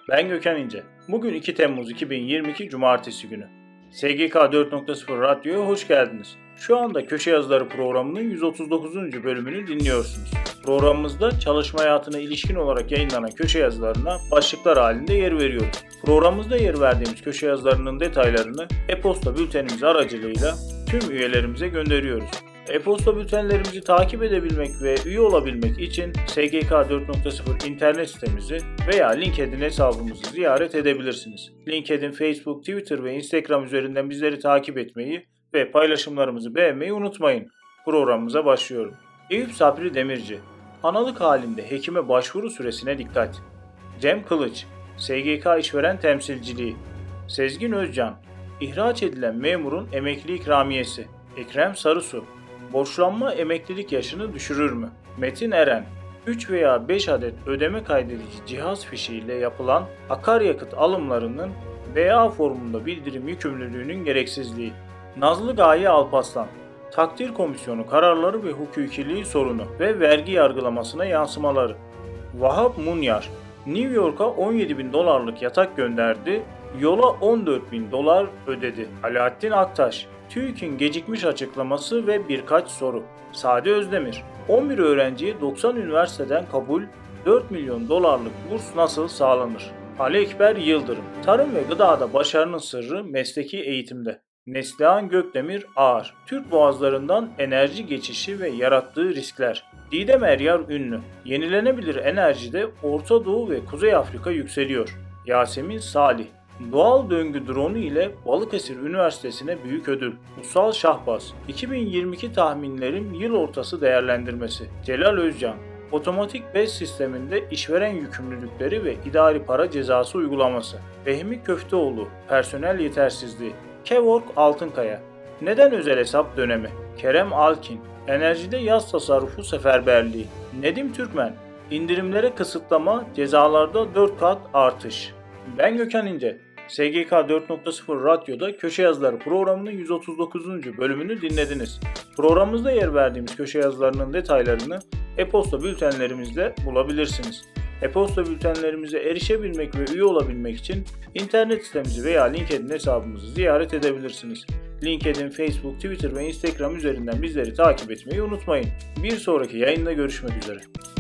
Ben Gökhan İnce. Bugün 2 Temmuz 2022 Cumartesi günü. SGK 4.0 Radyo'ya hoş geldiniz. Şu anda Köşe Yazıları programının 139. bölümünü dinliyorsunuz. Programımızda çalışma hayatına ilişkin olarak yayınlanan köşe yazılarına başlıklar halinde yer veriyoruz. Programımızda yer verdiğimiz köşe yazılarının detaylarını e-posta bültenimiz aracılığıyla tüm üyelerimize gönderiyoruz. E-posta bültenlerimizi takip edebilmek ve üye olabilmek için SGK 4.0 internet sitemizi veya LinkedIn hesabımızı ziyaret edebilirsiniz. LinkedIn, Facebook, Twitter ve Instagram üzerinden bizleri takip etmeyi ve paylaşımlarımızı beğenmeyi unutmayın. Programımıza başlıyorum. Eyüp Sabri Demirci, analık halinde hekime başvuru süresine dikkat. Cem Kılıç, SGK işveren temsilciliği. Sezgin Özcan, ihraç edilen memurun emekli ikramiyesi. Ekrem Sarısu, borçlanma emeklilik yaşını düşürür mü? Metin Eren, 3 veya 5 adet ödeme kaydedici cihaz fişiyle yapılan akaryakıt alımlarının BA formunda bildirim yükümlülüğünün gereksizliği. Nazlı Gaye Alpaslan, takdir komisyonu kararları ve hukukiliği sorunu ve vergi yargılamasına yansımaları. Vahap Munyar, New York'a $17.000 yatak gönderdi, yola $14.000 ödedi. Alaaddin Aktaş, TÜİK'in gecikmiş açıklaması ve birkaç soru. Sade Özdemir, 11 öğrenciye 90 üniversiteden kabul, $4 milyon burs nasıl sağlanır? Ali Ekber Yıldırım, tarım ve gıdada başarının sırrı mesleki eğitimde. Neslihan Gökdemir Ağar, Türk boğazlarından enerji geçişi ve yarattığı riskler. Didem Eryar Ünlü, yenilenebilir enerjide Orta Doğu ve Kuzey Afrika yükseliyor. Yasemin Salih, doğal döngü dronu ile Balıkesir Üniversitesi'ne büyük ödül. Usal Şahbaz, 2022 tahminlerin yıl ortası değerlendirmesi. Celal Özcan, otomatik BES sisteminde işveren yükümlülükleri ve idari para cezası uygulaması. Fehmi Köfteoğlu, personel yetersizliği. Kevork Altınkaya, neden özel hesap dönemi? Kerem Alkin, enerjide yaz tasarrufu seferberliği. Nedim Türkmen, indirimlere kısıtlama, cezalarda 4 kat artış. Ben Gökhan İnce. SGK 4.0 Radyo'da Köşe Yazıları programının 139. bölümünü dinlediniz. Programımızda yer verdiğimiz köşe yazılarının detaylarını e-posta bültenlerimizde bulabilirsiniz. E-posta bültenlerimize erişebilmek ve üye olabilmek için internet sitemizi veya LinkedIn hesabımızı ziyaret edebilirsiniz. LinkedIn, Facebook, Twitter ve Instagram üzerinden bizleri takip etmeyi unutmayın. Bir sonraki yayında görüşmek üzere.